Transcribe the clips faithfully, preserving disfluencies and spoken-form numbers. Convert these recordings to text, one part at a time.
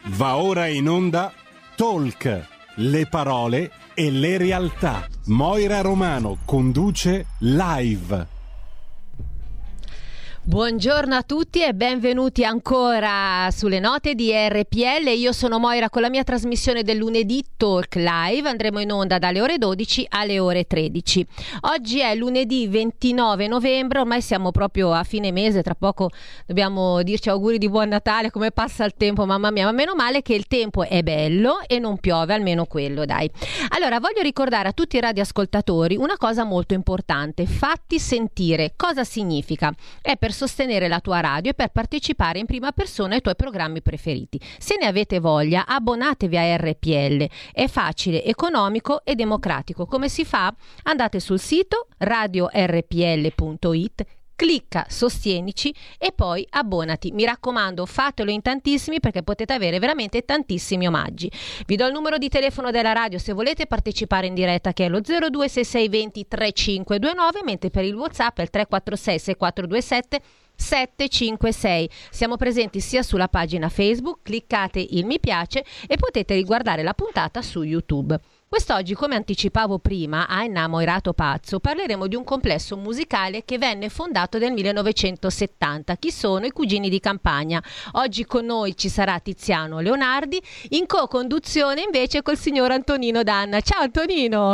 Va ora in onda Talk, le parole e le realtà. Moira Romano conduce Live. Buongiorno a tutti e benvenuti ancora sulle note di R P L. Io sono Moira con la mia trasmissione del lunedì Talk Live. Andremo in onda dalle ore dodici alle ore tredici. Oggi è lunedì ventinove novembre, ormai siamo proprio a fine mese, tra poco dobbiamo dirci auguri di buon Natale, come passa il tempo, mamma mia, ma meno male che il tempo è bello e non piove, almeno quello, dai. Allora, voglio ricordare a tutti i radioascoltatori una cosa molto importante: fatti sentire. Cosa significa? È per sostenere la tua radio e per partecipare in prima persona ai tuoi programmi preferiti. Se ne avete voglia, abbonatevi a R P L. È facile, economico e democratico. Come si fa? Andate sul sito radio erre pi elle punto it, clicca sostienici e poi abbonati. Mi raccomando, fatelo in tantissimi perché potete avere veramente tantissimi omaggi. Vi do il numero di telefono della radio se volete partecipare in diretta, che è lo zero due sei sei due zero tre cinque due nove, mentre per il WhatsApp è il tre quattro sei sei quattro due sette sette cinque sei. Siamo presenti sia sulla pagina Facebook, cliccate il mi piace e potete riguardare la puntata su YouTube. Quest'oggi, come anticipavo prima, a Innamorato Pazzo, parleremo di un complesso musicale che venne fondato nel millenovecentosettanta. Chi sono? I Cugini di Campagna. Oggi con noi ci sarà Tiziano Leonardi, in co-conduzione invece col signor Antonino Danna. Ciao Antonino!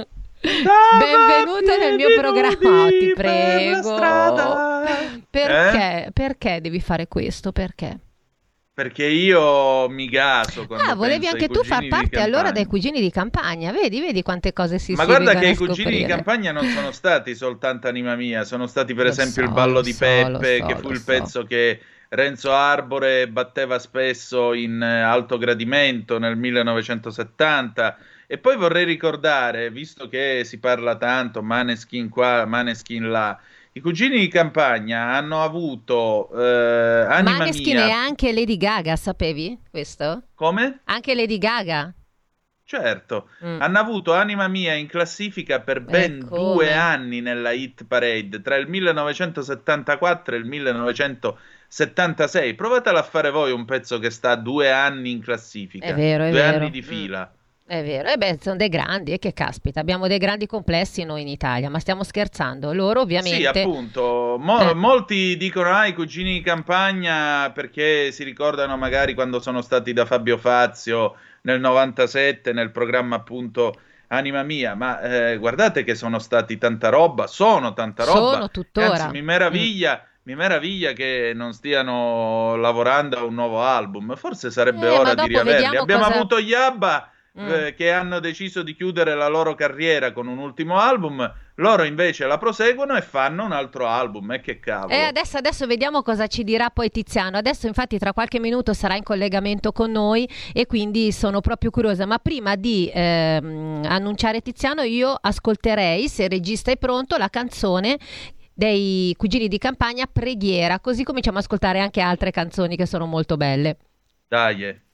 Benvenuto nel mio programma, oh, ti prego. Perché? Eh? Perché devi fare questo? Perché? Perché io mi gaso. Ah, volevi anche tu far parte allora dei Cugini di Campagna? Vedi, vedi quante cose si Ma si guarda che i scoprire. Cugini di Campagna non sono stati soltanto Anima Mia, sono stati per Lo esempio so, il Ballo lo di so, Peppe, lo so, che fu lo il so. pezzo che Renzo Arbore batteva spesso in eh, Alto Gradimento nel millenovecentosettanta. E poi vorrei ricordare, visto che si parla tanto, Maneskin qua, Maneskin là, i Cugini di Campagna hanno avuto eh, Anima Maneskin Mia. e anche Lady Gaga, sapevi questo? Come? Anche Lady Gaga. Certo, Mm. hanno avuto Anima Mia in classifica per ben E come? due anni nella hit parade, tra il millenovecentosettantaquattro e il millenovecentosettantasei. Provatela a fare voi un pezzo che sta due anni in classifica, È vero, è due vero. anni di fila. Mm. È vero, e beh, sono dei grandi, e che caspita, abbiamo dei grandi complessi noi in Italia, ma stiamo scherzando, loro ovviamente... Sì, appunto, Mo- Eh. molti dicono ah, i Cugini di Campagna perché si ricordano magari quando sono stati da Fabio Fazio nel novantasette nel programma appunto Anima Mia, ma eh, guardate che sono stati tanta roba, sono tanta roba. Sono tuttora. Anzi, mi meraviglia, mi meraviglia che non stiano lavorando a un nuovo album, forse sarebbe Eh, ma ora dopo di riaverli. vediamo Abbiamo cosa- avuto gli ABBA Mm. eh, che hanno deciso di chiudere la loro carriera con un ultimo album, loro invece la proseguono e fanno un altro album, e che cavolo. E adesso, adesso vediamo cosa ci dirà poi Tiziano. Adesso infatti tra qualche minuto sarà in collegamento con noi e quindi sono proprio curiosa. Ma prima di ehm, annunciare Tiziano, io ascolterei, se il regista è pronto, la canzone dei Cugini di Campagna, Preghiera, così cominciamo ad ascoltare anche altre canzoni che sono molto belle. Dai. eh.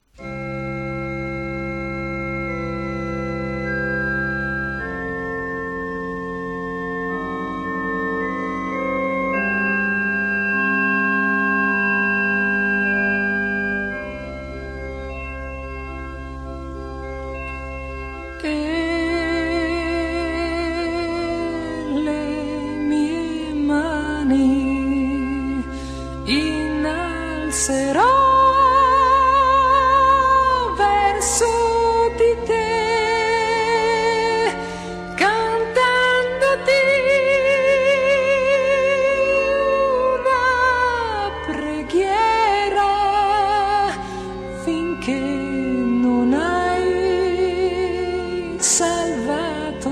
E le mie mani innalzerò verso di te, cantandoti una preghiera finché non hai salvato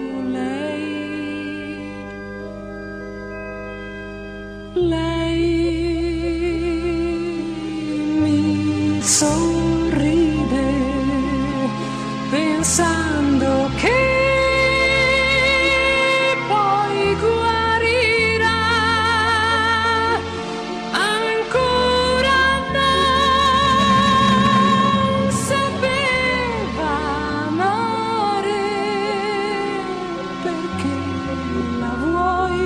lei. Lei mi sorride pensando che poi guarirà. Ancora non sapeva amare perché la vuoi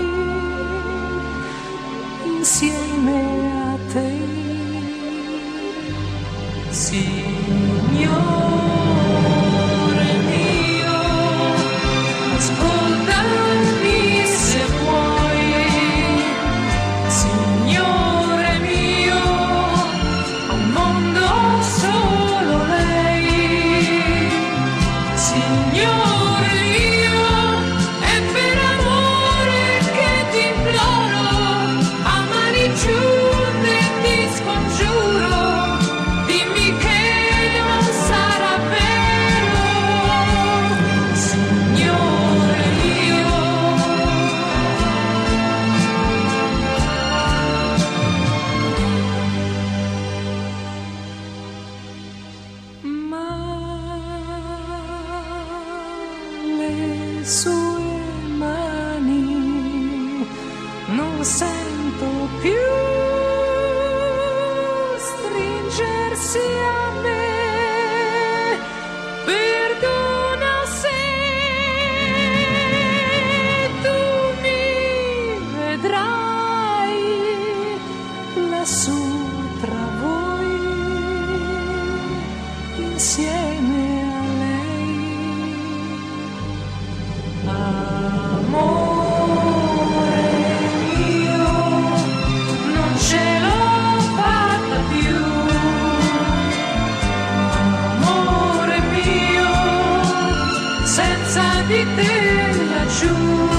insieme a te. Signore mio, ascoltami se vuoi. Signore mio, al mondo solo lei. Signore mio, è per amore che ti imploro, a mani giunte ti scongiuro, dimmi che non sarà vero. Signore mio, ma le sue mani non sento più stringersi a me. Perdona se tu mi vedrai lassù tra voi insieme a lei. Amore mio, non ce l'ho fatta più. Amore mio, senza di te laggiù.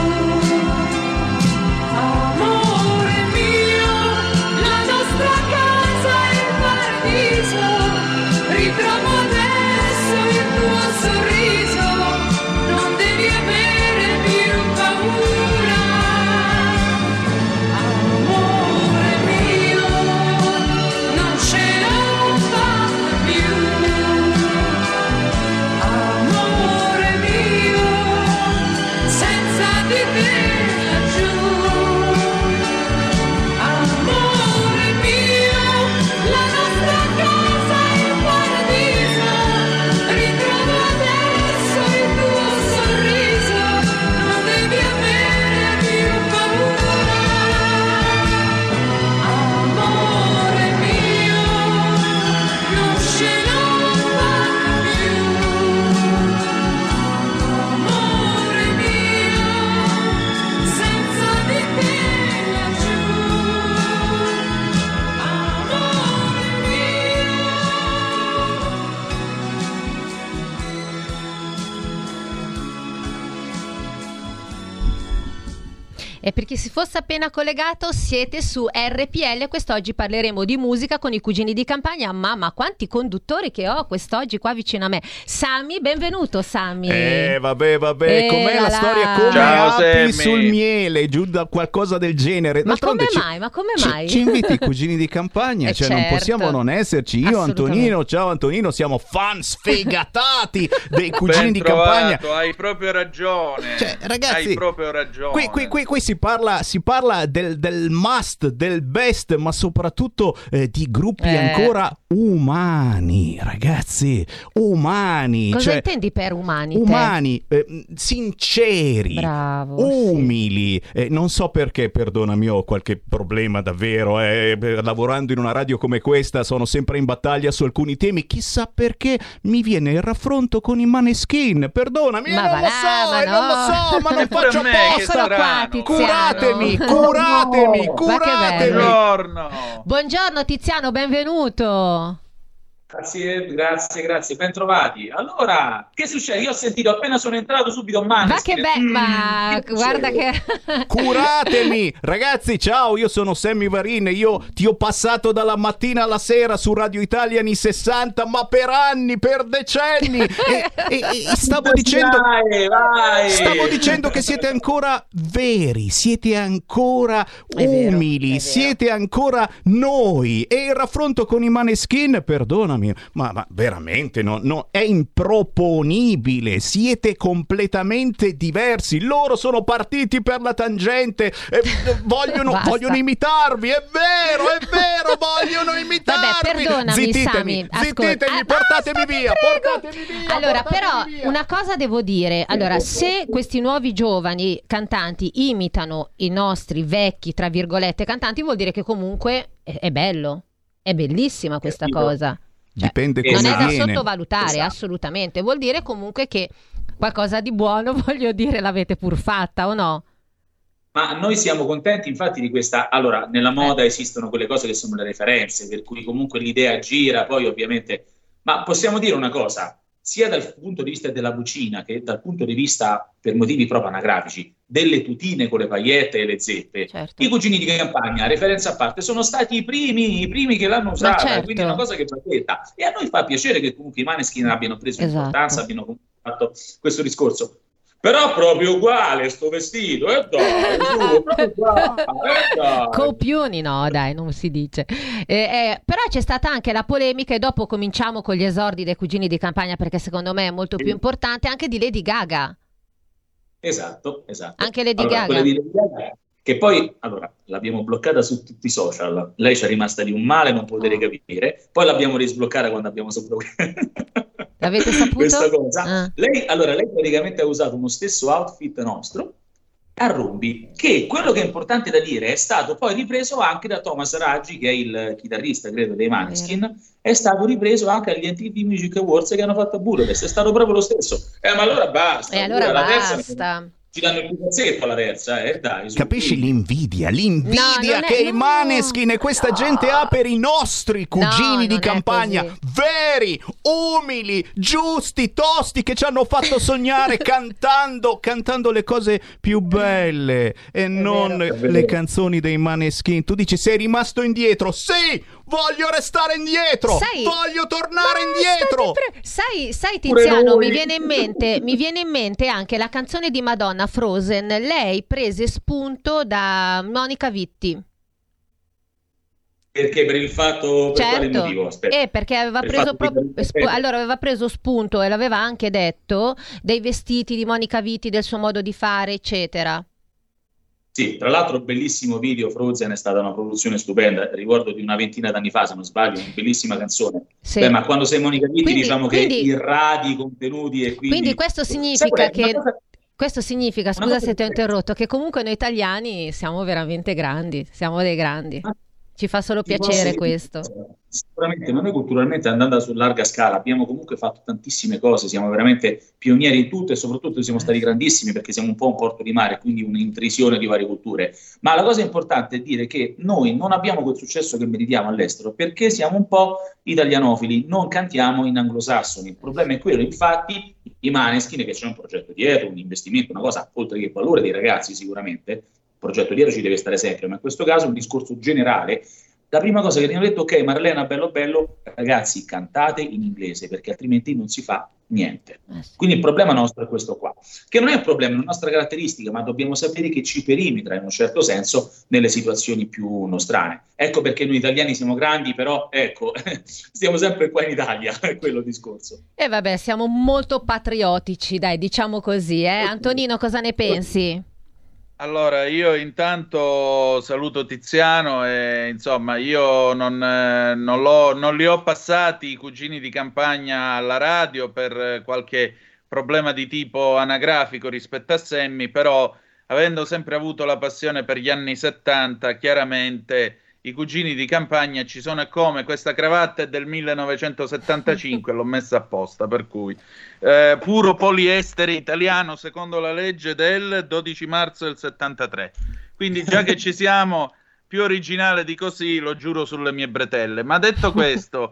Amore mio, la nostra casa è il paradiso. Ritrovo adesso il tuo sorriso. Non devi avere più paura. Amore mio, non ce l'ho fatta più. Amore mio, senza di te laggiù. Amore mio, la nostra casa è il paradiso. Ritrovo adesso il tuo sorriso. Non devi avere più paura. Amore mio, non ce l'ho fatta più. Amore mio, senza di te laggiù. Amore mio. E per chi si fosse appena collegato, siete su R P L. Quest'oggi parleremo di musica con i Cugini di Campagna. Mamma, quanti conduttori che ho quest'oggi qua vicino a me. Sami, benvenuto Sami. Eh vabbè vabbè, Eh, com'è là la là. storia? Come Ciao, api Sammy. sul miele, giù da qualcosa del genere. Ma D'altronde come ci- mai? Ma come ci- mai? Ci, inviti i Cugini di Campagna, Eh, cioè non certo. possiamo non esserci. Io, Assolutamente. Antonino, ciao Antonino, siamo fan sfegatati dei Cugini Ben di trovato, Campagna. hai proprio ragione. Cioè, ragazzi, hai proprio ragione. Qui, qui, qui, qui si parla, si parla del, del must, del best, ma soprattutto eh, di gruppi Eh. ancora umani, ragazzi, umani. Cosa cioè, intendi per umani? te? umani, eh, sinceri, Bravo, umili. Eh, non so perché, perdonami, ho qualche problema davvero. Eh, beh, lavorando in una radio come questa sono sempre in battaglia su alcuni temi. Chissà perché mi viene il raffronto con i Maneskin. Perdonami, Ma eh, non va lo là, so, ma eh, non lo no. so, ma non Neppure faccio a me, che apposta. Eccolo qua, strano. Tiziano. Curatemi, curatemi, Ma che curatemi. bello. Buongiorno. Buongiorno Tiziano, benvenuto. Grazie, grazie, grazie, ben trovati. Allora, che succede? Io ho sentito appena sono entrato subito mano. Ma che bello, ma guarda che... Curatemi, ragazzi, ciao, io sono Sammy Varin, io ti ho passato dalla mattina alla sera su Radio Italia anni sessanta, ma per anni, per decenni, e, e- e stavo dicendo... Vai, vai. Stavo dicendo che siete ancora veri, siete ancora È vero, umili, è vero. siete ancora noi. E il raffronto con i Maneskin, perdonami, ma, ma veramente no, no, è improponibile. Siete completamente diversi. Loro sono partiti per la tangente, eh, vogliono, Basta. vogliono imitarvi. È vero, è vero, vogliono imitarvi. Vabbè, perdonami, zittitemi, Sami, ascolta- zittitemi, Ah, portatemi basta, via, ti prego. portatemi via. Allora, portatemi però, via. una cosa devo dire. Allora, se questi nuovi giovani cantanti imitano i nostri vecchi, tra virgolette, cantanti, vuol dire che comunque è, è bello. È bellissima questa Capito. cosa. dipende non come non è da viene. sottovalutare, Esatto. assolutamente. Vuol dire comunque che qualcosa di buono, voglio dire, l'avete pur fatta, o no? Ma noi siamo contenti infatti di questa. Allora, nella moda esistono quelle cose che sono le referenze, per cui comunque l'idea gira, poi ovviamente. Ma possiamo dire una cosa, sia dal punto di vista della cucina che dal punto di vista, per motivi proprio anagrafici, delle tutine con le pagliette e le zeppe, Certo. i cugini di campagna, referenza a parte, sono stati i primi, i primi che l'hanno usata, certo. quindi è una cosa che va detta. E a noi fa piacere che comunque i Maneskin abbiano preso Esatto. importanza, abbiano comunque fatto questo discorso. Però proprio uguale sto vestito, eh dai, su, proprio uguale, eh dai. Copioni no, dai, non si dice. Eh, eh, però c'è stata anche la polemica, e dopo cominciamo con gli esordi dei cugini di campagna, perché secondo me è molto più Sì. importante, anche di Lady Gaga. Esatto, esatto. Anche Lady Allora, Gaga. quella di Lady Gaga, che poi, allora, l'abbiamo bloccata su tutti i social, lei ci è rimasta di un male, non potete Oh. capire, poi l'abbiamo risbloccata quando abbiamo saputo L'avete saputo? questa cosa. Ah. Lei, allora, lei praticamente ha usato uno stesso outfit nostro a Rumbi, che quello che è importante da dire è stato poi ripreso anche da Thomas Raggi, che è il chitarrista, credo, dei Maneskin, è stato ripreso anche agli M T V Music Awards che hanno fatto a Budapest, è stato proprio lo stesso. Eh, ma allora basta. E allora pure la terza- basta. ci danno il pupazzetto alla terza, eh, dai. su. Capisci l'invidia, l'invidia No, non è- che i no. Maneskin e questa gente ha per i nostri cugini No, di non è campagna, così. veri, umili, giusti, tosti, che ci hanno fatto sognare cantando, cantando le cose più belle e non vero, è vero. le canzoni dei Maneskin. Tu dici sei rimasto indietro? Sì, voglio restare indietro, Sai- voglio tornare Basta, indietro. ti pre- sai, sai Pure Tiziano, noi. mi viene in mente, mi viene in mente anche la canzone di Madonna, Frozen. Lei prese spunto da Monica Vitti. Perché per il fatto, per quale Certo, motivo? Aspetta. eh, perché aveva Per il preso fatto di- proprio spu- allora aveva preso spunto e l'aveva anche detto dei vestiti di Monica Vitti, del suo modo di fare, eccetera. Sì, tra l'altro bellissimo video, Frozen è stata una produzione stupenda, ricordo di una ventina d'anni fa, se non sbaglio, una bellissima canzone. Sì. Beh, ma quando sei Monica Vitti Quindi- diciamo quindi- che irradi i contenuti e quindi... Quindi questo Sai significa qual è? che Una cosa- questo significa, una scusa cosa se ti ho che- interrotto, che comunque noi italiani siamo veramente grandi, siamo dei grandi. Ma- Ci fa solo Ti posso piacere dire- questo. Sicuramente, ma noi culturalmente andando su larga scala abbiamo comunque fatto tantissime cose, siamo veramente pionieri in tutto e soprattutto siamo stati grandissimi perché siamo un po' un porto di mare, quindi un'intrisione di varie culture. Ma la cosa importante è dire che noi non abbiamo quel successo che meritiamo all'estero perché siamo un po' italianofili, non cantiamo in anglosassoni. Il problema è quello, infatti, i Maneskin, che c'è un progetto dietro, un investimento, una cosa oltre che il valore dei ragazzi sicuramente, il progetto dietro ci deve stare sempre, ma in questo caso è un discorso generale. La prima cosa che mi hanno detto, ok, Marlena, bello bello, ragazzi, cantate in inglese perché altrimenti non si fa niente. Eh sì. Quindi il problema nostro è questo qua, che non è un problema, è una nostra caratteristica, ma dobbiamo sapere che ci perimetra in un certo senso nelle situazioni più nostrane. Ecco perché noi italiani siamo grandi, però ecco, stiamo sempre qua in Italia, è quello il discorso. E vabbè, siamo molto patriottici, dai, diciamo così, eh. Antonino, cosa ne pensi? Allora, io intanto saluto Tiziano e insomma io non, eh, non l'ho- non li ho passati i cugini di campagna alla radio per eh, qualche problema di tipo anagrafico rispetto a Sammy, però avendo sempre avuto la passione per gli anni settanta, chiaramente i cugini di campagna ci sono, e come questa cravatta è del millenovecentosettantacinque, l'ho messa apposta, per cui eh, puro poliestere italiano secondo la legge del dodici marzo del settantatré. Quindi già che ci siamo, più originale di così, lo giuro sulle mie bretelle. Ma detto questo,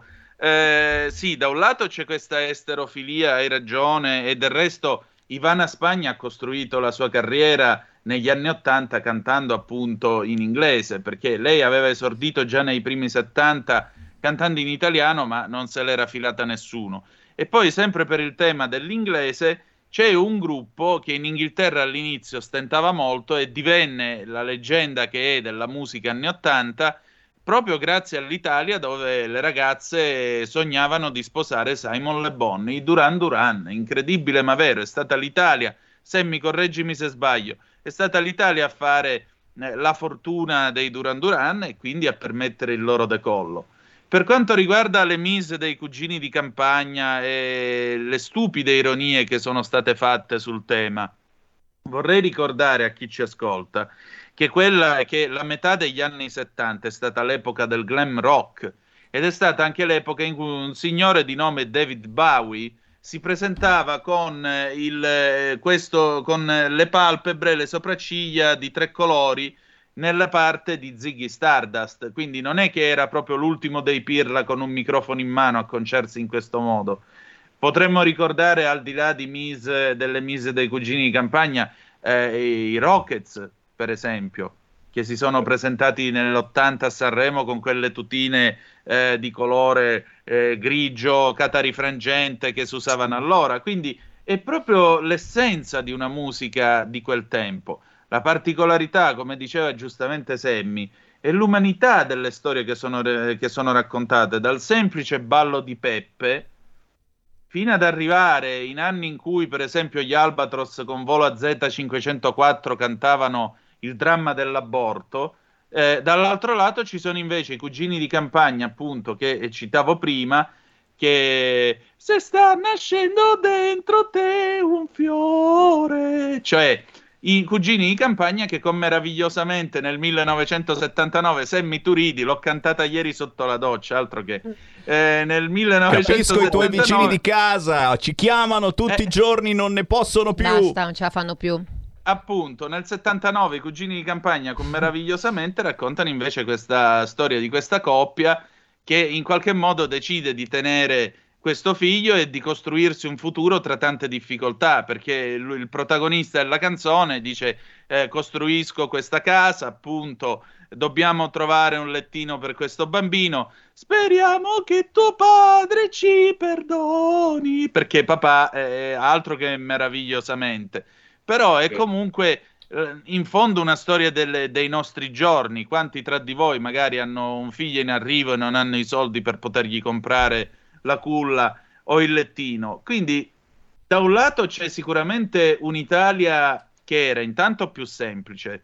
eh, sì, da un lato c'è questa esterofilia, hai ragione, e del resto Ivana Spagna ha costruito la sua carriera negli anni Ottanta cantando appunto in inglese, perché lei aveva esordito già nei primi settanta cantando in italiano, ma non se l'era filata nessuno. E poi sempre per il tema dell'inglese c'è un gruppo che in Inghilterra all'inizio stentava molto e divenne la leggenda che è della musica anni Ottanta proprio grazie all'Italia, dove le ragazze sognavano di sposare Simon Le Bon, i Duran Duran. Incredibile ma vero, è stata l'Italia, Sammy correggimi se sbaglio, è stata l'Italia a fare eh, la fortuna dei Duran Duran e quindi a permettere il loro decollo. Per quanto riguarda le mise dei cugini di campagna e le stupide ironie che sono state fatte sul tema, vorrei ricordare a chi ci ascolta che quella che la metà degli anni settanta è stata l'epoca del glam rock ed è stata anche l'epoca in cui un signore di nome David Bowie si presentava con, eh, il, eh, questo, con eh, le palpebre, le sopracciglia di tre colori nella parte di Ziggy Stardust, quindi non è che era proprio l'ultimo dei pirla con un microfono in mano a concersi in questo modo. Potremmo ricordare, al di là di mise, delle mise dei cugini di campagna, eh, i Rockets, per esempio, che si sono presentati nell'ottanta a Sanremo con quelle tutine eh, di colore eh, grigio catarifrangente che si usavano allora. Quindi è proprio l'essenza di una musica di quel tempo. La particolarità, come diceva giustamente Semmi, è l'umanità delle storie che sono, che sono raccontate, dal semplice ballo di Peppe fino ad arrivare in anni in cui, per esempio, gli Albatros con Volo A Z cinquecentoquattro cantavano il dramma dell'aborto. Eh, dall'altro lato ci sono invece i cugini di campagna, appunto, che citavo prima, che se sta nascendo dentro te un fiore, cioè i cugini di campagna che con meravigliosamente nel millenovecentosettantanove, Semmi Turidi, l'ho cantata ieri sotto la doccia, altro che eh, nel millenovecentosettantanove. Capisco i tuoi vicini di casa, ci chiamano tutti Eh. i giorni, non ne possono più. Basta, non ce la fanno più. Appunto, nel settantanove i cugini di campagna con meravigliosamente raccontano invece questa storia di questa coppia che in qualche modo decide di tenere questo figlio e di costruirsi un futuro tra tante difficoltà, perché lui, il protagonista della canzone, dice eh, costruisco questa casa, appunto, dobbiamo trovare un lettino per questo bambino, speriamo che tuo padre ci perdoni, perché papà è altro che meravigliosamente. Però è comunque eh, in fondo una storia delle, dei nostri giorni. Quanti tra di voi magari hanno un figlio in arrivo e non hanno i soldi per potergli comprare la culla o il lettino? Quindi da un lato c'è sicuramente un'Italia che era intanto più semplice,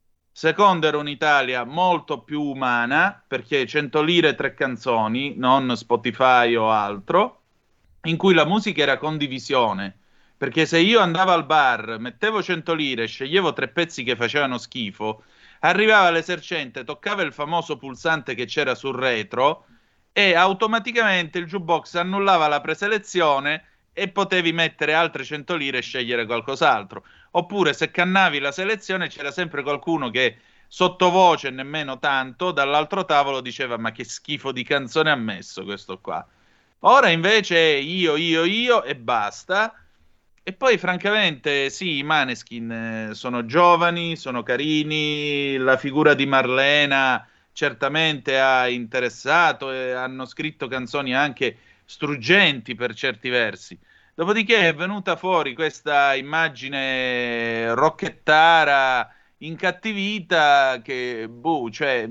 secondo era un'Italia molto più umana, perché cento lire e tre canzoni, non Spotify o altro, in cui la musica era condivisione. Perché se io andavo al bar, mettevo cento lire, sceglievo tre pezzi che facevano schifo, arrivava l'esercente, toccava il famoso pulsante che c'era sul retro e automaticamente il jukebox annullava la preselezione e potevi mettere altre cento lire e scegliere qualcos'altro. Oppure se cannavi la selezione c'era sempre qualcuno che sottovoce, nemmeno tanto, dall'altro tavolo diceva ma che schifo di canzone ha messo questo qua. Ora invece è io, io, io e basta. E poi francamente sì, i Maneskin eh, sono giovani, sono carini, la figura di Marlena certamente ha interessato e hanno scritto canzoni anche struggenti per certi versi. Dopodiché è venuta fuori questa immagine rocchettara, incattivita, che boh, cioè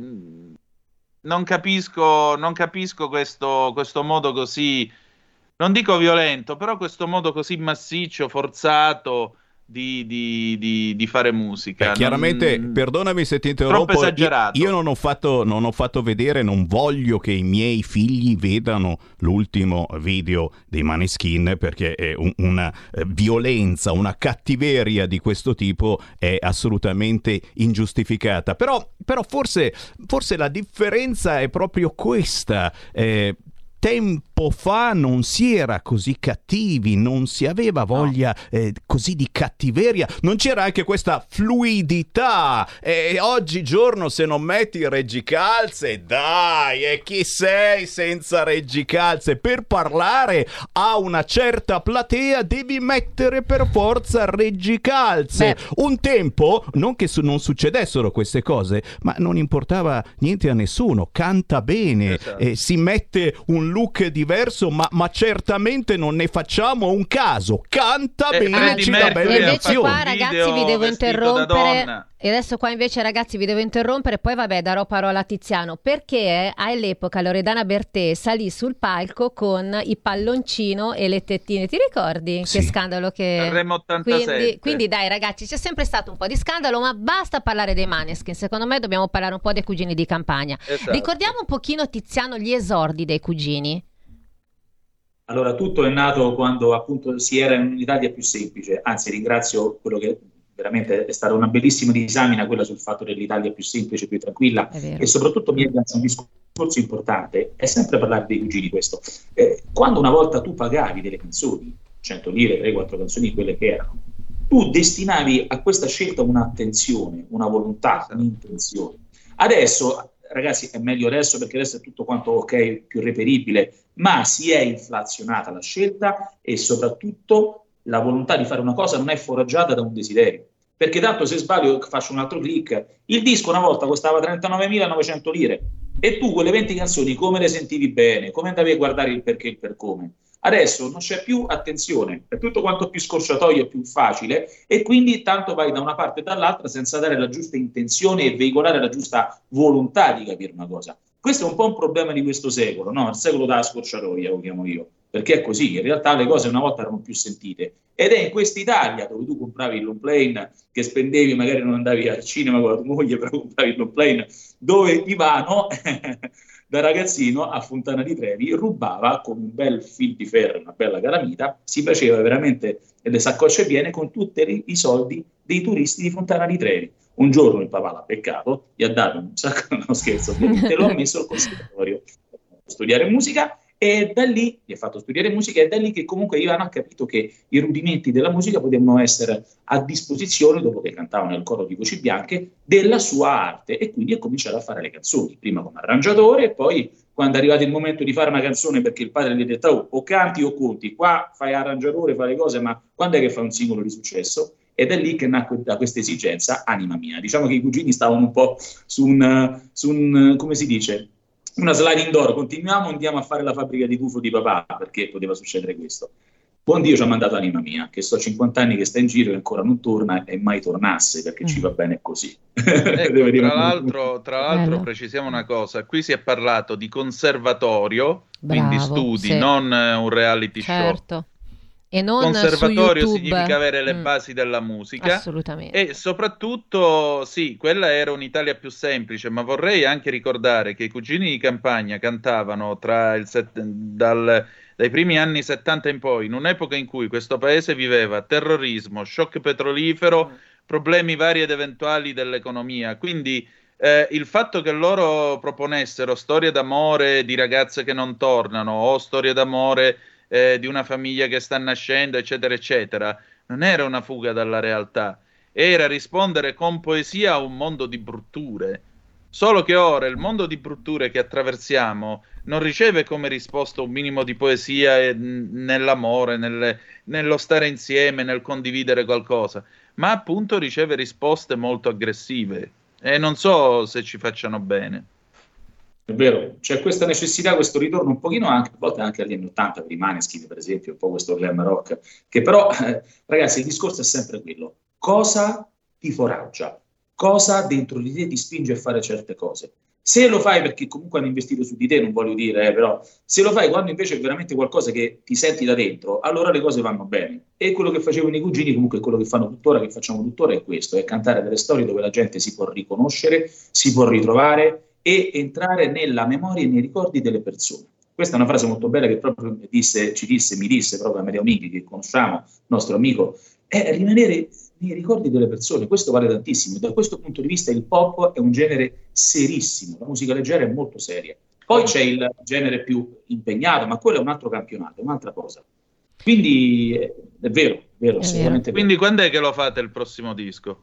non capisco, non capisco questo, questo modo così, non dico violento, però questo modo così massiccio, forzato di, di, di, di fare musica. Beh, chiaramente, non... perdonami se ti interrompo, troppo esagerato. Io, io non ho fatto, non ho fatto vedere, non voglio che i miei figli vedano l'ultimo video dei Maneskin, perché è un, una eh, violenza, una cattiveria di questo tipo è assolutamente ingiustificata. Però, però forse, forse la differenza è proprio questa. Eh, Tempo fa non si era così cattivi, non si aveva voglia no. eh, così di cattiveria, non c'era anche questa fluidità. E oggigiorno se non metti il reggicalze, dai, e chi sei senza reggicalze? Per parlare a una certa platea devi mettere per forza reggicalze. Beh. Un tempo, non che su- non succedessero queste cose, ma non importava niente a nessuno, canta bene, esatto. eh, si mette un look diverso, ma, ma certamente non ne facciamo un caso. Canta eh, bene, ci dà belle e invece reazioni. qua ragazzi vi devo interrompere e adesso qua invece ragazzi vi devo interrompere, poi vabbè darò parola a Tiziano, perché all'epoca Loredana Bertè salì sul palco con il palloncino e le tettine, ti ricordi? Sì. Che scandalo che Sanremo ottantasette. quindi, quindi dai ragazzi, c'è sempre stato un po' di scandalo, ma basta parlare dei Maneskin, secondo me dobbiamo parlare un po' dei cugini di campagna. Esatto. Ricordiamo un pochino Tiziano gli esordi dei cugini. Allora, tutto è nato quando appunto si era in un'Italia più semplice, anzi ringrazio quello che veramente è stata una bellissima disamina quella sul fatto dell'Italia più semplice, più tranquilla, È vero. e soprattutto mi piace un discorso importante, è sempre parlare dei cugini questo. Eh, quando una volta tu pagavi delle canzoni, cento lire, tre quattro canzoni, quelle che erano, tu destinavi a questa scelta un'attenzione, una volontà, un'intenzione. Adesso, ragazzi, è meglio adesso perché adesso è tutto quanto ok, più reperibile, ma si è inflazionata la scelta e soprattutto la volontà di fare una cosa non è foraggiata da un desiderio. Perché tanto se sbaglio faccio un altro click, il disco una volta costava trentanovemilanovecento lire e tu quelle venti canzoni come le sentivi bene, come andavi a guardare il perché e il per come. Adesso non c'è più attenzione, è tutto quanto più scorciatoio e più facile e quindi tanto vai da una parte e dall'altra senza dare la giusta intenzione e veicolare la giusta volontà di capire una cosa. Questo è un po' un problema di questo secolo, no? Il secolo della scorciatoia, lo chiamo io, perché è così, in realtà le cose una volta erano più sentite ed è in questa Italia dove tu compravi il long plane che spendevi, magari non andavi al cinema con la tua moglie, però compravi il long plane, dove Ivano da ragazzino a Fontana di Trevi rubava con un bel fil di ferro, una bella calamita, si faceva veramente le saccocce piene con tutti i soldi dei turisti di Fontana di Trevi. Un giorno il papà l'ha beccato, gli ha dato un sacco, no scherzo, ovviamente, lo ha messo al conservatorio a studiare musica e da lì gli ha fatto studiare musica e da lì che comunque Ivano ha capito che i rudimenti della musica potevano essere a disposizione, dopo che cantava nel coro di Voci Bianche, della sua arte e quindi ha cominciato a fare le canzoni, prima come arrangiatore e poi quando è arrivato il momento di fare una canzone perché il padre gli ha detto oh, o canti o conti, qua fai arrangiatore, fai le cose, ma quando è che fai un singolo di successo? Ed è lì che nacque da questa esigenza Anima Mia. Diciamo che i cugini stavano un po' su un, su un come si dice, una sliding door, continuiamo, andiamo a fare la fabbrica di tufo di papà, perché poteva succedere questo. Buon Dio ci ha mandato Anima Mia, che sto cinquanta anni che sta in giro e ancora non torna e mai tornasse, perché mm. ci va bene così. Ecco, tra l'altro, tra l'altro precisiamo una cosa, qui si è parlato di conservatorio, Bravo, quindi studi, sì. non un reality certo. show. E non Conservatorio su significa avere le mm. basi della musica. Assolutamente. E soprattutto, sì, quella era un'Italia più semplice, ma vorrei anche ricordare che i Cugini di Campagna cantavano tra il set, dal, dai primi anni settanta in poi, in un'epoca in cui questo paese viveva terrorismo, shock petrolifero, problemi vari ed eventuali dell'economia. Quindi eh, il fatto che loro proponessero storie d'amore di ragazze che non tornano o storie d'amore Eh, di una famiglia che sta nascendo, eccetera, eccetera, non era una fuga dalla realtà, era rispondere con poesia a un mondo di brutture. Solo che ora il mondo di brutture che attraversiamo non riceve come risposta un minimo di poesia e, nell'amore, nelle, nello stare insieme, nel condividere qualcosa, ma appunto riceve risposte molto aggressive e non so se ci facciano bene. È vero, c'è questa necessità, questo ritorno un pochino anche, a volte anche agli anni ottanta per i Maneskin, per esempio, un po' questo glam rock, che però, eh, ragazzi, il discorso è sempre quello. Cosa ti foraggia? Cosa dentro di te ti spinge a fare certe cose? Se lo fai perché comunque hanno investito su di te, non voglio dire, eh, però, se lo fai quando invece è veramente qualcosa che ti senti da dentro, allora le cose vanno bene. E quello che facevano i cugini, comunque quello che fanno tuttora, che facciamo tuttora, è questo, è cantare delle storie dove la gente si può riconoscere, si può ritrovare, e entrare nella memoria e nei ricordi delle persone. Questa è una frase molto bella che proprio disse, ci disse, mi disse proprio Amedeo Minghi, che conosciamo, nostro amico, è rimanere nei ricordi delle persone. Questo vale tantissimo. Da questo punto di vista il pop è un genere serissimo, la musica leggera è molto seria. Poi c'è il genere più impegnato, ma quello è un altro campionato, è un'altra cosa. Quindi è vero, è vero, È sicuramente Quindi vero. quando è che lo fate il prossimo disco?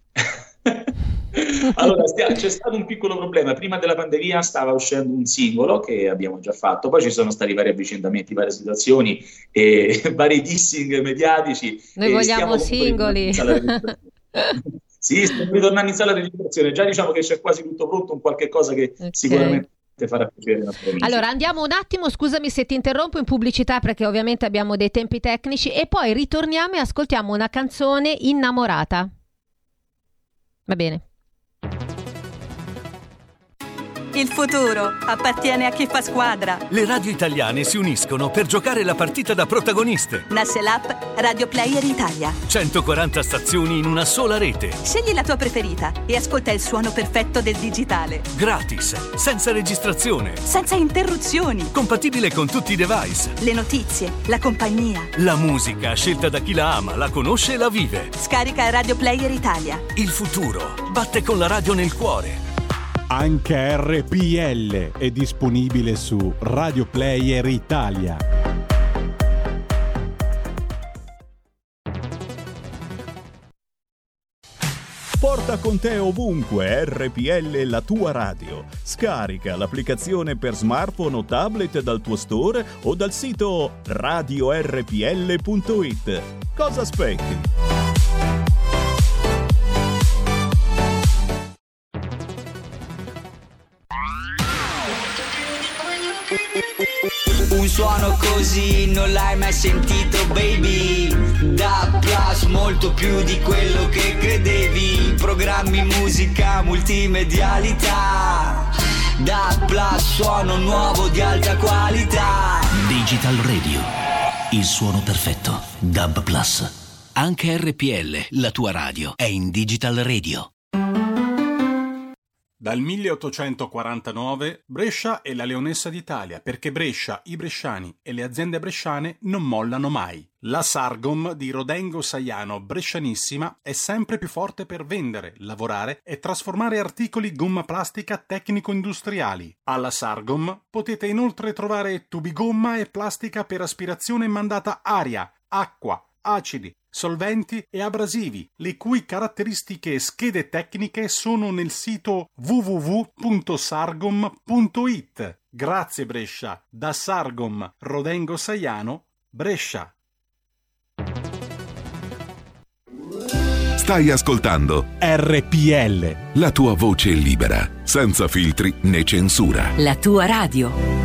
Allora, stia- c'è stato un piccolo problema. Prima della pandemia stava uscendo un singolo che abbiamo già fatto, poi ci sono stati vari avvicendamenti, varie situazioni e vari dissing mediatici. Noi e vogliamo stiamo comunque singoli. ritornando in sala di registrazione. Sì, stiamo ritornando in sala di registrazione. Già diciamo che c'è quasi tutto pronto, un qualche cosa che Ok. sicuramente farà piacere ai nostri amici. Allora andiamo un attimo, scusami se ti interrompo in pubblicità perché ovviamente abbiamo dei tempi tecnici e poi ritorniamo e ascoltiamo una canzone Innamorata. Va bene. Il futuro appartiene a chi fa squadra. Le radio italiane si uniscono per giocare la partita da protagoniste. Nasce l'app Radio Player Italia. centoquaranta stazioni in una sola rete. Scegli la tua preferita e ascolta il suono perfetto del digitale. Gratis, senza registrazione. Senza interruzioni. Compatibile con tutti i device. Le notizie, la compagnia. La musica, scelta da chi la ama, la conosce e la vive. Scarica Radio Player Italia. Il futuro batte con la radio nel cuore. Anche R P L è disponibile su Radio Player Italia. Porta con te ovunque R P L, la tua radio. Scarica l'applicazione per smartphone o tablet dal tuo store o dal sito radio r p l punto i t. Cosa aspetti? Un suono così non l'hai mai sentito, baby. Da Plus, molto più di quello che credevi. Programmi, musica, multimedialità. Da Plus, suono nuovo di alta qualità. Digital Radio, il suono perfetto. Dub Plus. Anche R P L, la tua radio, è in Digital Radio. Dal milleottocentoquarantanove Brescia è la leonessa d'Italia, perché Brescia, i bresciani e le aziende bresciane non mollano mai. La Sargom di Rodengo Saiano Brescianissima è sempre più forte per vendere, lavorare e trasformare articoli gomma plastica tecnico-industriali. Alla Sargom potete inoltre trovare tubi gomma e plastica per aspirazione mandata aria, acqua, acidi, solventi e abrasivi, le cui caratteristiche e schede tecniche sono nel sito w w w punto sargom punto i t. Grazie Brescia, da Sargom Rodengo Saiano, Brescia. Stai ascoltando R P L, la tua voce libera, senza filtri né censura. La tua radio.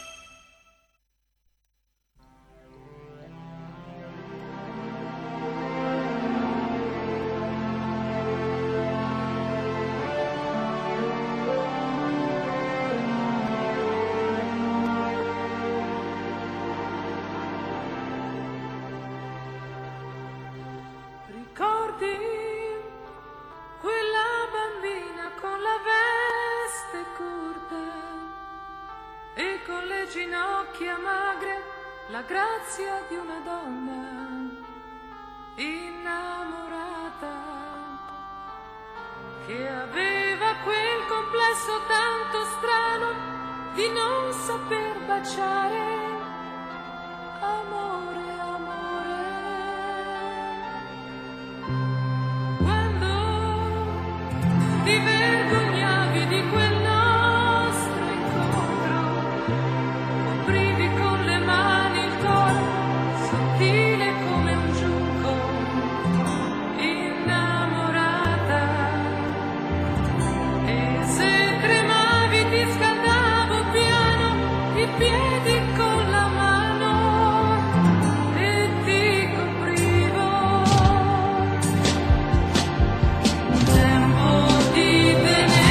Ricordi quella bambina con la veste corta e con le ginocchia magre, la grazia di una donna innamorata che aveva quel complesso tanto strano di non saper baciare. Amore, amore. Quando ti vergognavi di quel nostro incontro, coprivi con le mani il corpo, sottile come un giunco, innamorata. E se tremavi ti scaldavo piano i piedi con la mano e ti coprivo. Tempo di tenere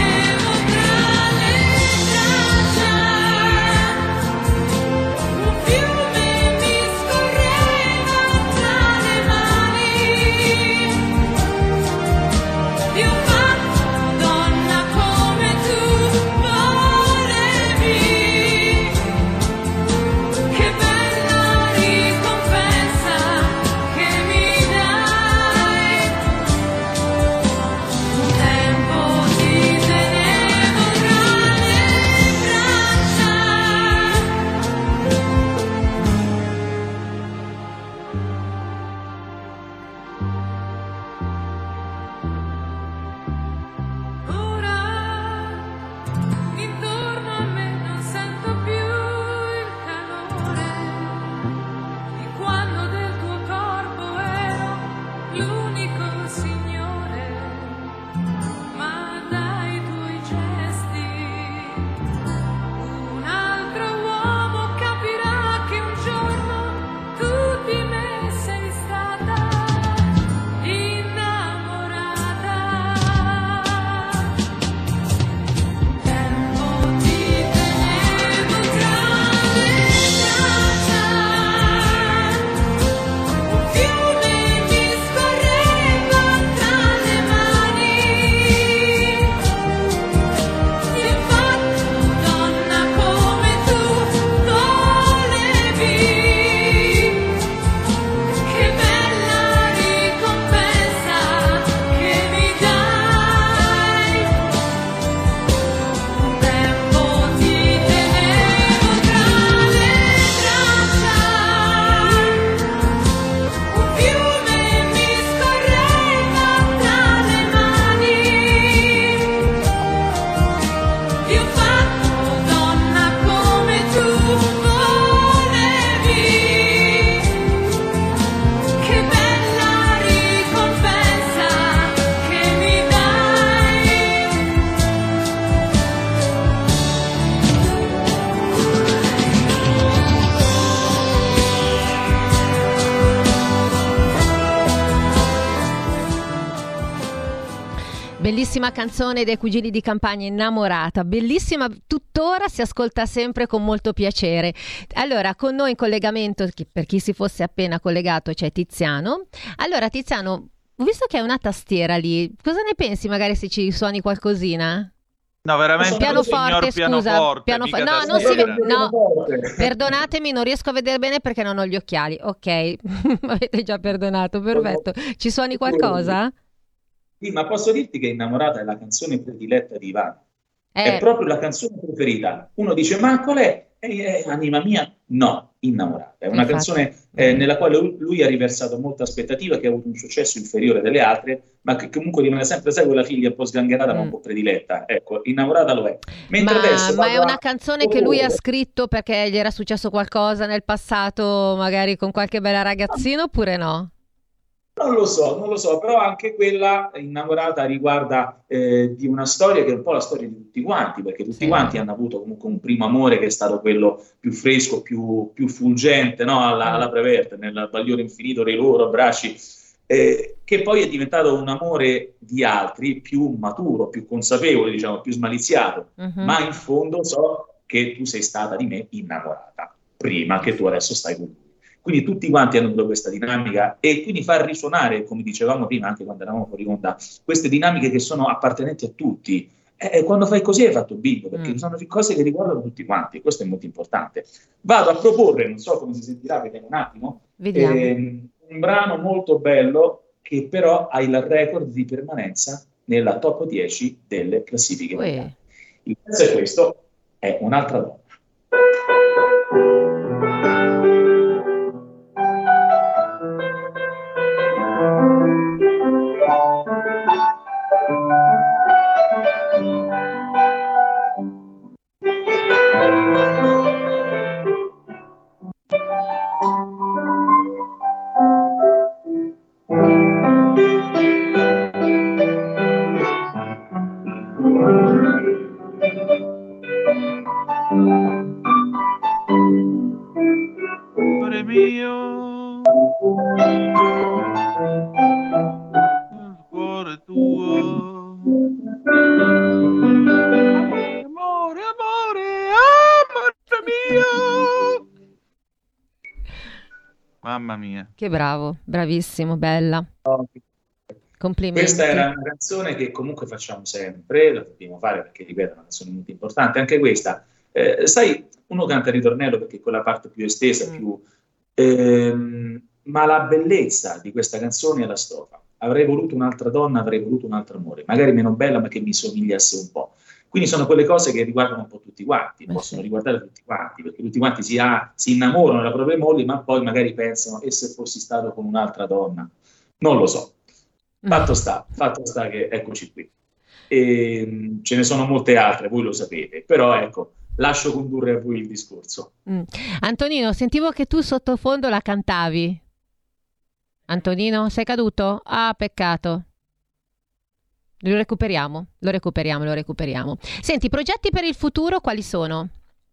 Bellissima canzone dei Cugini di Campagna, Innamorata, bellissima, tuttora si ascolta sempre con molto piacere. Allora, con noi in collegamento, per chi si fosse appena collegato, c'è Tiziano. Allora, Tiziano, ho visto che hai una tastiera lì, cosa ne pensi magari se ci suoni qualcosina? No, veramente pianoforte, signor scusa, pianoforte, pianoforte. mica No, non si tastiera. vede, no, perdonatemi, non riesco a vedere bene perché non ho gli occhiali. Ok, avete già perdonato, perfetto. Ci suoni qualcosa? Sì, ma posso dirti che Innamorata è la canzone prediletta di Ivano. Eh. È proprio la canzone preferita. Uno dice, ma qual è? Eh, eh, anima mia? No, Innamorata. È una Infatti. canzone eh, nella quale lui, lui ha riversato molta aspettativa, che ha avuto un successo inferiore delle altre, ma che comunque rimane sempre, sai, quella figlia un po' sgangherata, Mm. ma un po' prediletta. Ecco, Innamorata lo è. Mentre Ma, adesso ma è vado una a- canzone che lui ha scritto perché gli era successo qualcosa nel passato, magari con qualche bella ragazzina, oppure no? Non lo so, non lo so, però anche quella Innamorata riguarda eh, di una storia che è un po' la storia di tutti quanti, perché tutti Sì. quanti hanno avuto comunque un primo amore che è stato quello più fresco, più, più fulgente, no? alla, alla Preverte, nel bagliore infinito dei loro abbracci, eh, che poi è diventato un amore di altri, più maturo, più consapevole, diciamo, più smaliziato, Mhm. ma in fondo so che tu sei stata di me innamorata, prima che tu adesso stai con lui. Quindi tutti quanti hanno avuto questa dinamica e quindi far risuonare, come dicevamo prima, anche quando eravamo fuori onda, queste dinamiche che sono appartenenti a tutti. E quando fai così hai fatto bingo, perché Mm. sono cose che riguardano tutti quanti, e questo è molto importante. Vado a proporre, non so come si sentirà, vediamo un attimo, Vediamo. ehm, un brano molto bello che però ha il record di permanenza nella top dieci delle classifiche Uè. italiane. Il pezzo è questo, è Un'altra donna. Amore mio, il cuore tuo, amore, amore, amore mio. Mamma mia. Che bravo, bravissimo, bella. Complimenti. Questa era una canzone che comunque facciamo sempre, la dobbiamo fare perché, ripeto, è una canzone molto importante, anche questa. Eh, sai, uno canta il ritornello perché è quella parte più estesa, Mm. più, ehm, ma la bellezza di questa canzone è la strofa. Avrei voluto un'altra donna, avrei voluto un altro amore, magari meno bella ma che mi somigliasse un po'. Quindi sono quelle cose che riguardano un po' tutti quanti, Eh possono sì. riguardare tutti quanti, perché tutti quanti si, ha- si innamorano della propria moglie, ma poi magari pensano, e se fossi stato con un'altra donna? Non lo so. Fatto sta, fatto sta che eccoci qui. E, mh, ce ne sono molte altre, voi lo sapete, però ecco, lascio condurre a voi il discorso. Mm. Antonino, sentivo che tu sottofondo la cantavi. Antonino, sei caduto? Ah, peccato. Lo recuperiamo, lo recuperiamo, lo recuperiamo. Senti, i progetti per il futuro quali sono?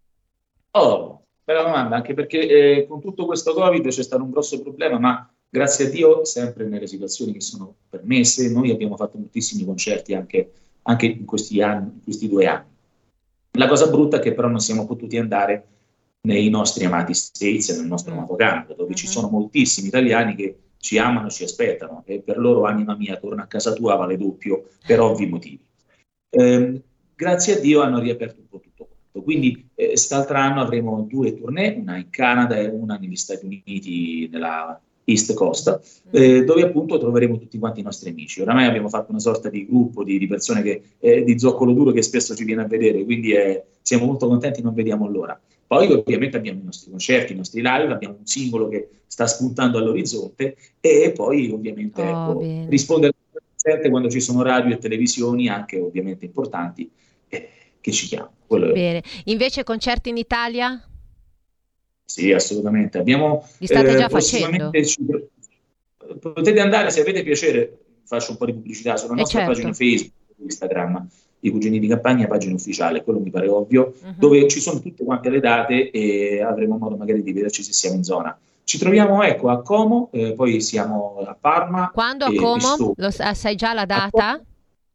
Oh, bella domanda, anche perché eh, con tutto questo Covid c'è stato un grosso problema, ma grazie a Dio, sempre nelle situazioni che sono permesse, noi abbiamo fatto moltissimi concerti anche, anche in questi anni, in questi due anni. La cosa brutta è che però non siamo potuti andare nei nostri amati States, nel nostro amato Canada, dove ci sono moltissimi italiani che ci amano, ci aspettano, e per loro, anima mia, torna a casa tua vale doppio, per ovvi motivi. Ehm, grazie a Dio hanno riaperto un po' tutto quanto, quindi eh, quest'altro anno avremo due tournée, una in Canada e una negli Stati Uniti, nella East Coast, eh, dove appunto troveremo tutti quanti i nostri amici. Oramai abbiamo fatto una sorta di gruppo di, di persone che, eh, di zoccolo duro che spesso ci viene a vedere, quindi eh, siamo molto contenti, non vediamo l'ora. Poi ovviamente abbiamo i nostri concerti, i nostri live, abbiamo un singolo che sta spuntando all'orizzonte e poi ovviamente Oh, ecco, bene. rispondere quando ci sono radio e televisioni anche ovviamente importanti eh, che ci chiamano. Quello è- Bene. Invece concerti in Italia? Sì, assolutamente. Abbiamo Li state eh, già prossimamente ci- potete andare se avete piacere, faccio un po' di pubblicità sulla Eh, nostra certo. pagina Facebook, Instagram, i Cugini di Campagna, pagina ufficiale, quello mi pare ovvio, Mhm. dove ci sono tutte quante le date e avremo modo magari di vederci se siamo in zona. Ci troviamo ecco a Como, eh, poi siamo a Parma Quando a e Como? Pistoia. Lo sa- sai già la data?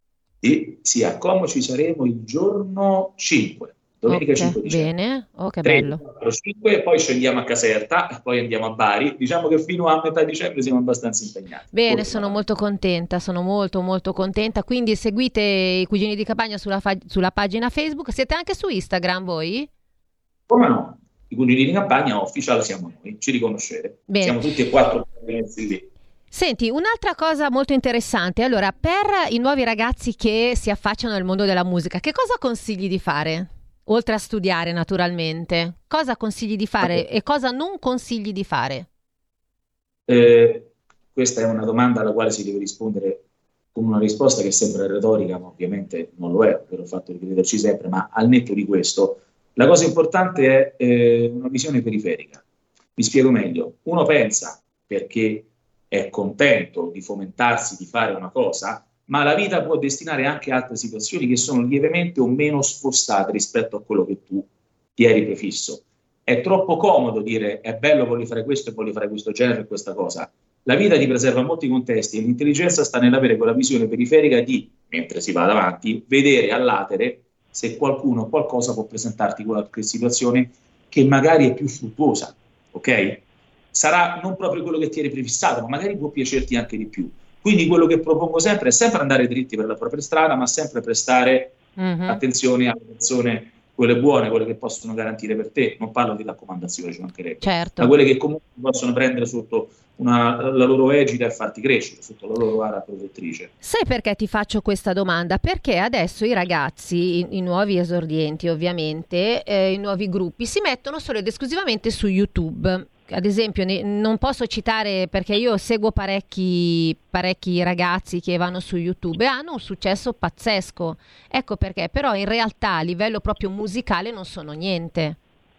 Sì, sì, a Como ci saremo il giorno cinque, domenica Ok, cinque dicembre. bene. Oh, che tre, bello. quattro, cinque, poi scendiamo a Caserta, poi andiamo a Bari. Diciamo che fino a metà dicembre siamo abbastanza impegnati. Bene, sono molto contenta, sono molto molto contenta. Quindi seguite i Cugini di Campagna sulla, fa- sulla pagina Facebook. Siete anche su Instagram voi? Come no? I Cugini di Campagna ufficiale siamo noi, ci riconoscete. Bene. Siamo tutti e quattro messi lì. Senti, un'altra cosa molto interessante. Allora, per i nuovi ragazzi che si affacciano al mondo della musica, che cosa consigli di fare? Oltre a studiare, naturalmente. Cosa consigli di fare e cosa non consigli di fare? Eh, questa è una domanda alla quale si deve rispondere con una risposta che sembra retorica, ma ovviamente non lo è, per il fatto di crederci sempre, ma al netto di questo, la cosa importante è eh, una visione periferica. Mi spiego meglio. Uno pensa, perché è contento di fomentarsi, di fare una cosa, ma la vita può destinare anche altre situazioni che sono lievemente o meno spostate rispetto a quello che tu ti eri prefisso. È troppo comodo dire è bello, voglio fare questo e voglio fare questo genere e questa cosa. La vita ti preserva molti contesti e l'intelligenza sta nell'avere quella visione periferica di, mentre si va avanti, vedere all'atere se qualcuno o qualcosa può presentarti qualche situazione che magari è più fruttuosa, ok? Sarà non proprio quello che ti eri prefissato, ma magari può piacerti anche di più. Quindi quello che propongo sempre è sempre andare dritti per la propria strada, ma sempre prestare Mhm. attenzione alle persone, quelle buone, quelle che possono garantire per te. Non parlo di raccomandazioni, ci mancherebbe, Certo. ma quelle che comunque possono prendere sotto una, la loro egida e farti crescere, sotto la loro ara protettrice. Sai perché ti faccio questa domanda? Perché adesso i ragazzi, i, i nuovi esordienti ovviamente, eh, i nuovi gruppi, si mettono solo ed esclusivamente su YouTube. Ad esempio, ne- non posso citare perché io seguo parecchi, parecchi ragazzi che vanno su YouTube e hanno un successo pazzesco. Ecco perché, però in realtà a livello proprio musicale non sono niente.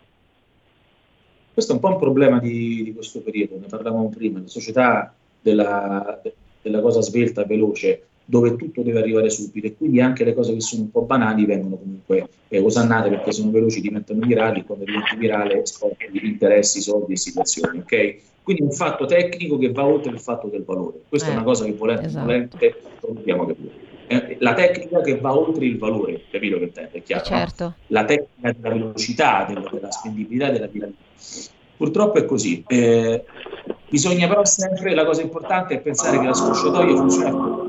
Questo è un po' un problema di, di questo periodo, ne parlavamo prima, la società della, de- della cosa svelta, veloce, dove tutto deve arrivare subito e quindi anche le cose che sono un po' banali vengono comunque eh, osannate perché sono veloci, diventano virali e quando diventi virale sporti interessi, soldi e situazioni, ok? Quindi è un fatto tecnico che va oltre il fatto del valore. Questa Eh, è una cosa che volente o esatto. volente dobbiamo capire. Eh, la tecnica che va oltre il valore, capito che intendo, è chiaro, no? Certo. La tecnica della velocità, della, della spendibilità, della viralità. Purtroppo è così. Eh, bisogna però sempre, la cosa importante è pensare che la scorciatoia funziona.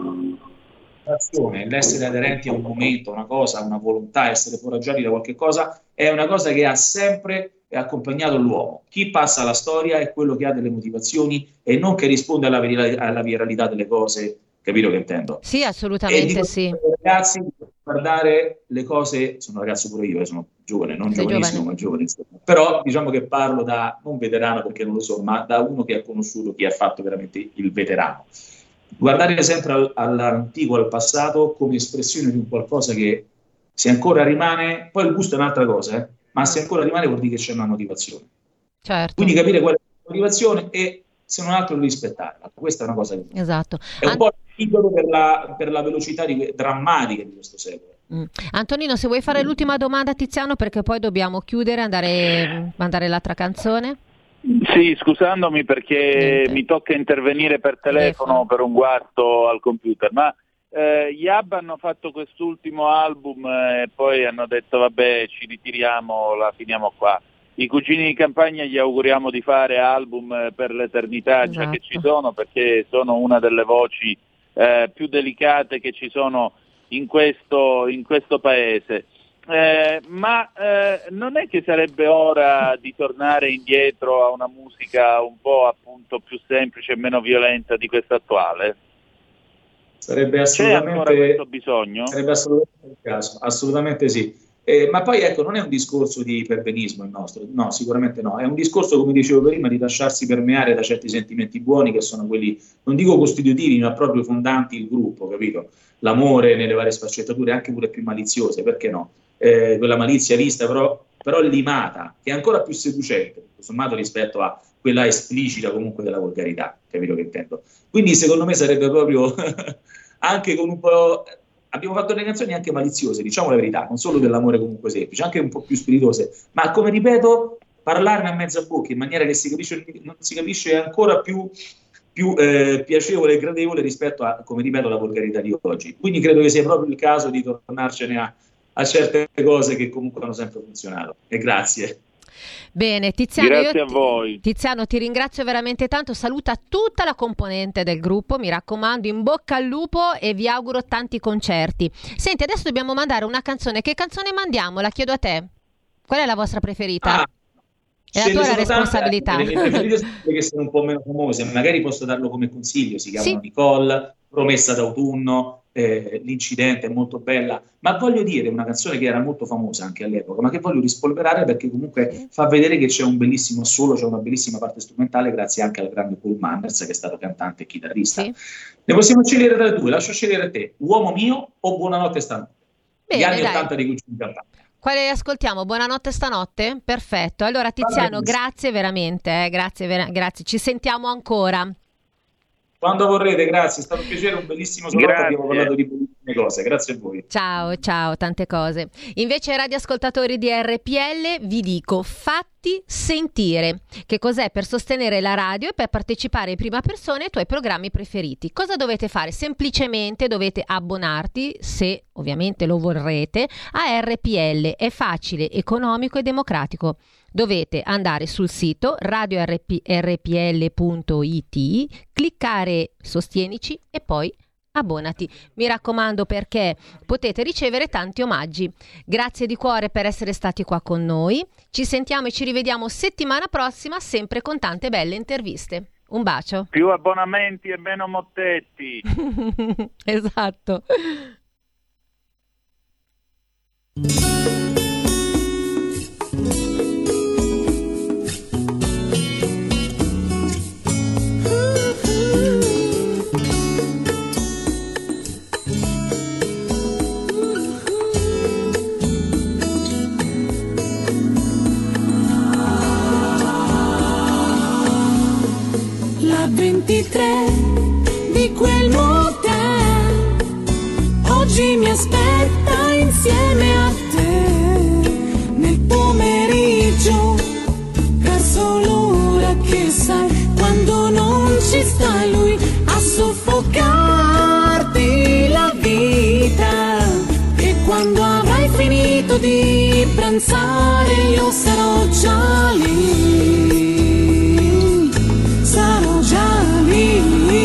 L'azione, l'essere aderenti a un momento, a una cosa, a una volontà, essere foraggiati da qualche cosa, è una cosa che ha sempre accompagnato l'uomo. Chi passa alla storia è quello che ha delle motivazioni e non che risponde alla, vira- alla viralità delle cose, capito che intendo? Sì, E dico assolutamente sì. ai ragazzi guardare le cose, sono ragazzo pure io, eh, sono giovane, non Sei giovanissimo, giovane. ma giovane, insomma. Però diciamo che parlo da non veterano perché non lo so, ma da uno che ha conosciuto chi ha fatto veramente il veterano. Guardare sempre al- all'antico, al passato, come espressione di un qualcosa che se ancora rimane, poi il gusto è un'altra cosa, eh, ma se ancora rimane vuol dire che c'è una motivazione. Certo. Quindi capire qual è la motivazione e se non altro rispettarla. Questa è una cosa che Esatto. è un An- po' il titolo per la, per la velocità di, drammatica di questo secolo. Mm. Antonino, se vuoi fare l'ultima domanda a Tiziano perché poi dobbiamo chiudere e andare, mandare l'altra canzone. Sì, scusandomi perché Niente. mi tocca intervenire per telefono Telefono. per un guasto al computer, ma eh, gli ABBA hanno fatto quest'ultimo album eh, e poi hanno detto vabbè ci ritiriamo, la finiamo qua. I Cugini di Campagna gli auguriamo di fare album eh, per l'eternità già che ci Esatto. sono perché sono una delle voci eh, più delicate che ci sono in questo, in questo paese. Eh, ma eh, non è che sarebbe ora di tornare indietro a una musica un po' appunto più semplice e meno violenta di questa attuale? Sarebbe C'è ancora assolutamente, questo bisogno? sarebbe assolutamente il caso, assolutamente sì. Eh, ma poi ecco, non è un discorso di perbenismo il nostro, no, sicuramente no, è un discorso, come dicevo prima, di lasciarsi permeare da certi sentimenti buoni che sono quelli, non dico costitutivi, ma proprio fondanti il gruppo, capito? L'amore nelle varie sfaccettature, anche pure più maliziose, perché no? Eh, quella malizia vista però, però limata, che è ancora più seducente, tutto sommato rispetto a quella esplicita comunque della volgarità, capito che intendo? Quindi secondo me sarebbe proprio anche con un po'... Abbiamo fatto delle canzoni anche maliziose, diciamo la verità, non solo dell'amore comunque semplice, anche un po' più spiritose, ma come ripeto, parlarne a mezza bocca in maniera che si capisce, non si capisce ancora più più eh, piacevole e gradevole rispetto a, come ripeto, la volgarità di oggi. Quindi credo che sia proprio il caso di tornarcene a, a certe cose che comunque hanno sempre funzionato. E grazie. Bene, Tiziano, grazie io a voi. Tiziano, ti ringrazio veramente tanto, saluta tutta la componente del gruppo, mi raccomando, in bocca al lupo e vi auguro tanti concerti. Senti, adesso dobbiamo mandare una canzone, che canzone mandiamo? La chiedo a te, qual è la vostra preferita? Ah, è la tua la responsabilità. Tante, le mie preferite sono quelle che sono un po' meno famose, magari posso darlo come consiglio, si chiamano Sì. Nicole, Promessa d'autunno, eh, L'incidente è molto bella, ma voglio dire una canzone che era molto famosa anche all'epoca, ma che voglio rispolverare perché comunque fa vedere che c'è un bellissimo assolo, c'è una bellissima parte strumentale grazie anche al grande Paul Manners che è stato cantante e chitarrista. Sì. Ne possiamo scegliere tra le due, lascio scegliere a te, Uomo mio o Buonanotte stanotte. Bene, Gli anni dai. ottanta di Gucci cantante. Quale ascoltiamo? Buonanotte stanotte? Perfetto. Allora Tiziano, grazie veramente, eh, grazie, vera- grazie. Ci sentiamo ancora. Quando vorrete, grazie, è stato un piacere, un bellissimo salotto, Grazie. abbiamo parlato di bellissime cose, grazie a voi. Ciao, ciao, tante cose. Invece radioascoltatori di R P L vi dico fatti sentire. Che cos'è per sostenere la radio e per partecipare in prima persona ai tuoi programmi preferiti? Cosa dovete fare? Semplicemente dovete abbonarti, se ovviamente lo vorrete, a R P L. È facile, economico e democratico. Dovete andare sul sito radio r p l punto i t, cliccare Sostienici e poi abbonati. Mi raccomando, perché potete ricevere tanti omaggi. Grazie di cuore per essere stati qua con noi. Ci sentiamo e ci rivediamo settimana prossima, sempre con tante belle interviste. Un bacio. Più abbonamenti e meno mottetti. Esatto. La ventitré di quel motel oggi mi aspetta insieme a te nel pomeriggio, verso l'ora che sai, quando non ci sta lui a soffocarti la vita, e quando avrai finito di pranzare io sarò già lì, sarò già lì.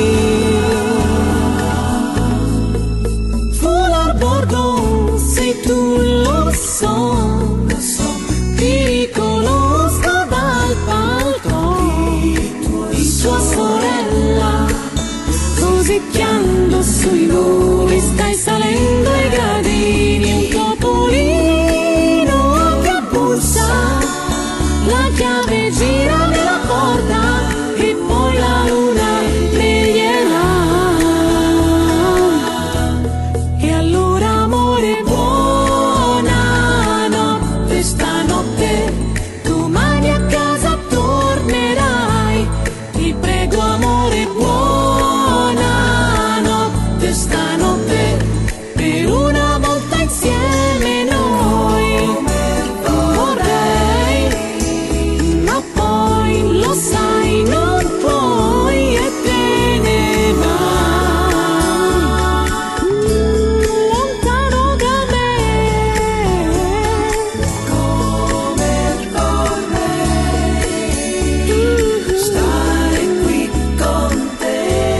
Foulard Bordeaux, sei tu, lo so, lo so, ti conosco dal palco, di sua sorella, cosicchiando sui muri, stai salendo i gradini, un topolino che bussa, la chiave gira nella porta e poi la luna veglierà. E allora amore, buonanotte stanotte, domani a casa tornerai, ti prego amore, buonanotte stanotte, per una volta insieme noi vorrei, ma poi lo sai non puoi e te ne vai lontano da me, come vorrei stare qui con te.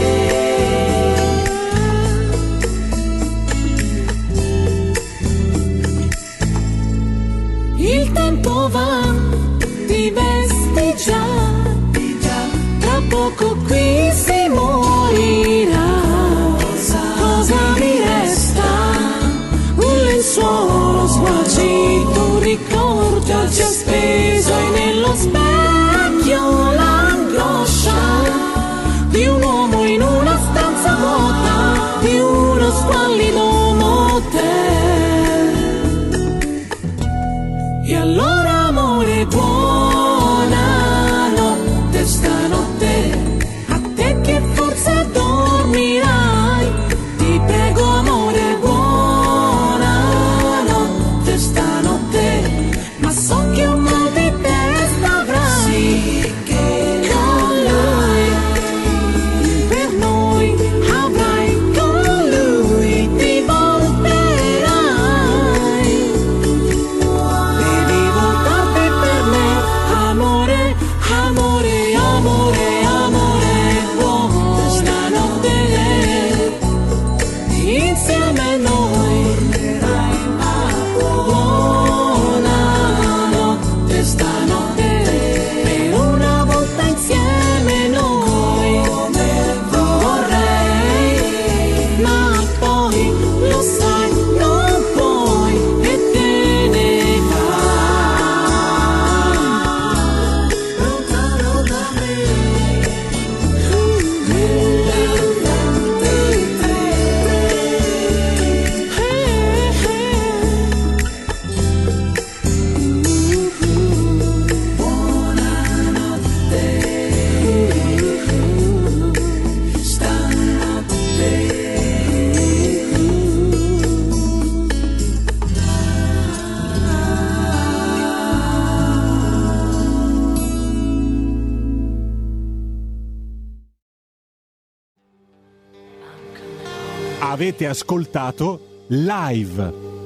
Il tempo va, ti vesti già, tra poco qui si morirà. Cosa mi resta? Un lenzuolo sgualcito, un ricordo già speso, e nello specchio l'angoscia di un uomo in una stanza vuota, di uno squallido motel. E allora amore, buonanotte stanotte, a te che forse dormirai, ti prego amore, buonanotte stanotte, ma so che un mal di testa avrai. Avete ascoltato Live.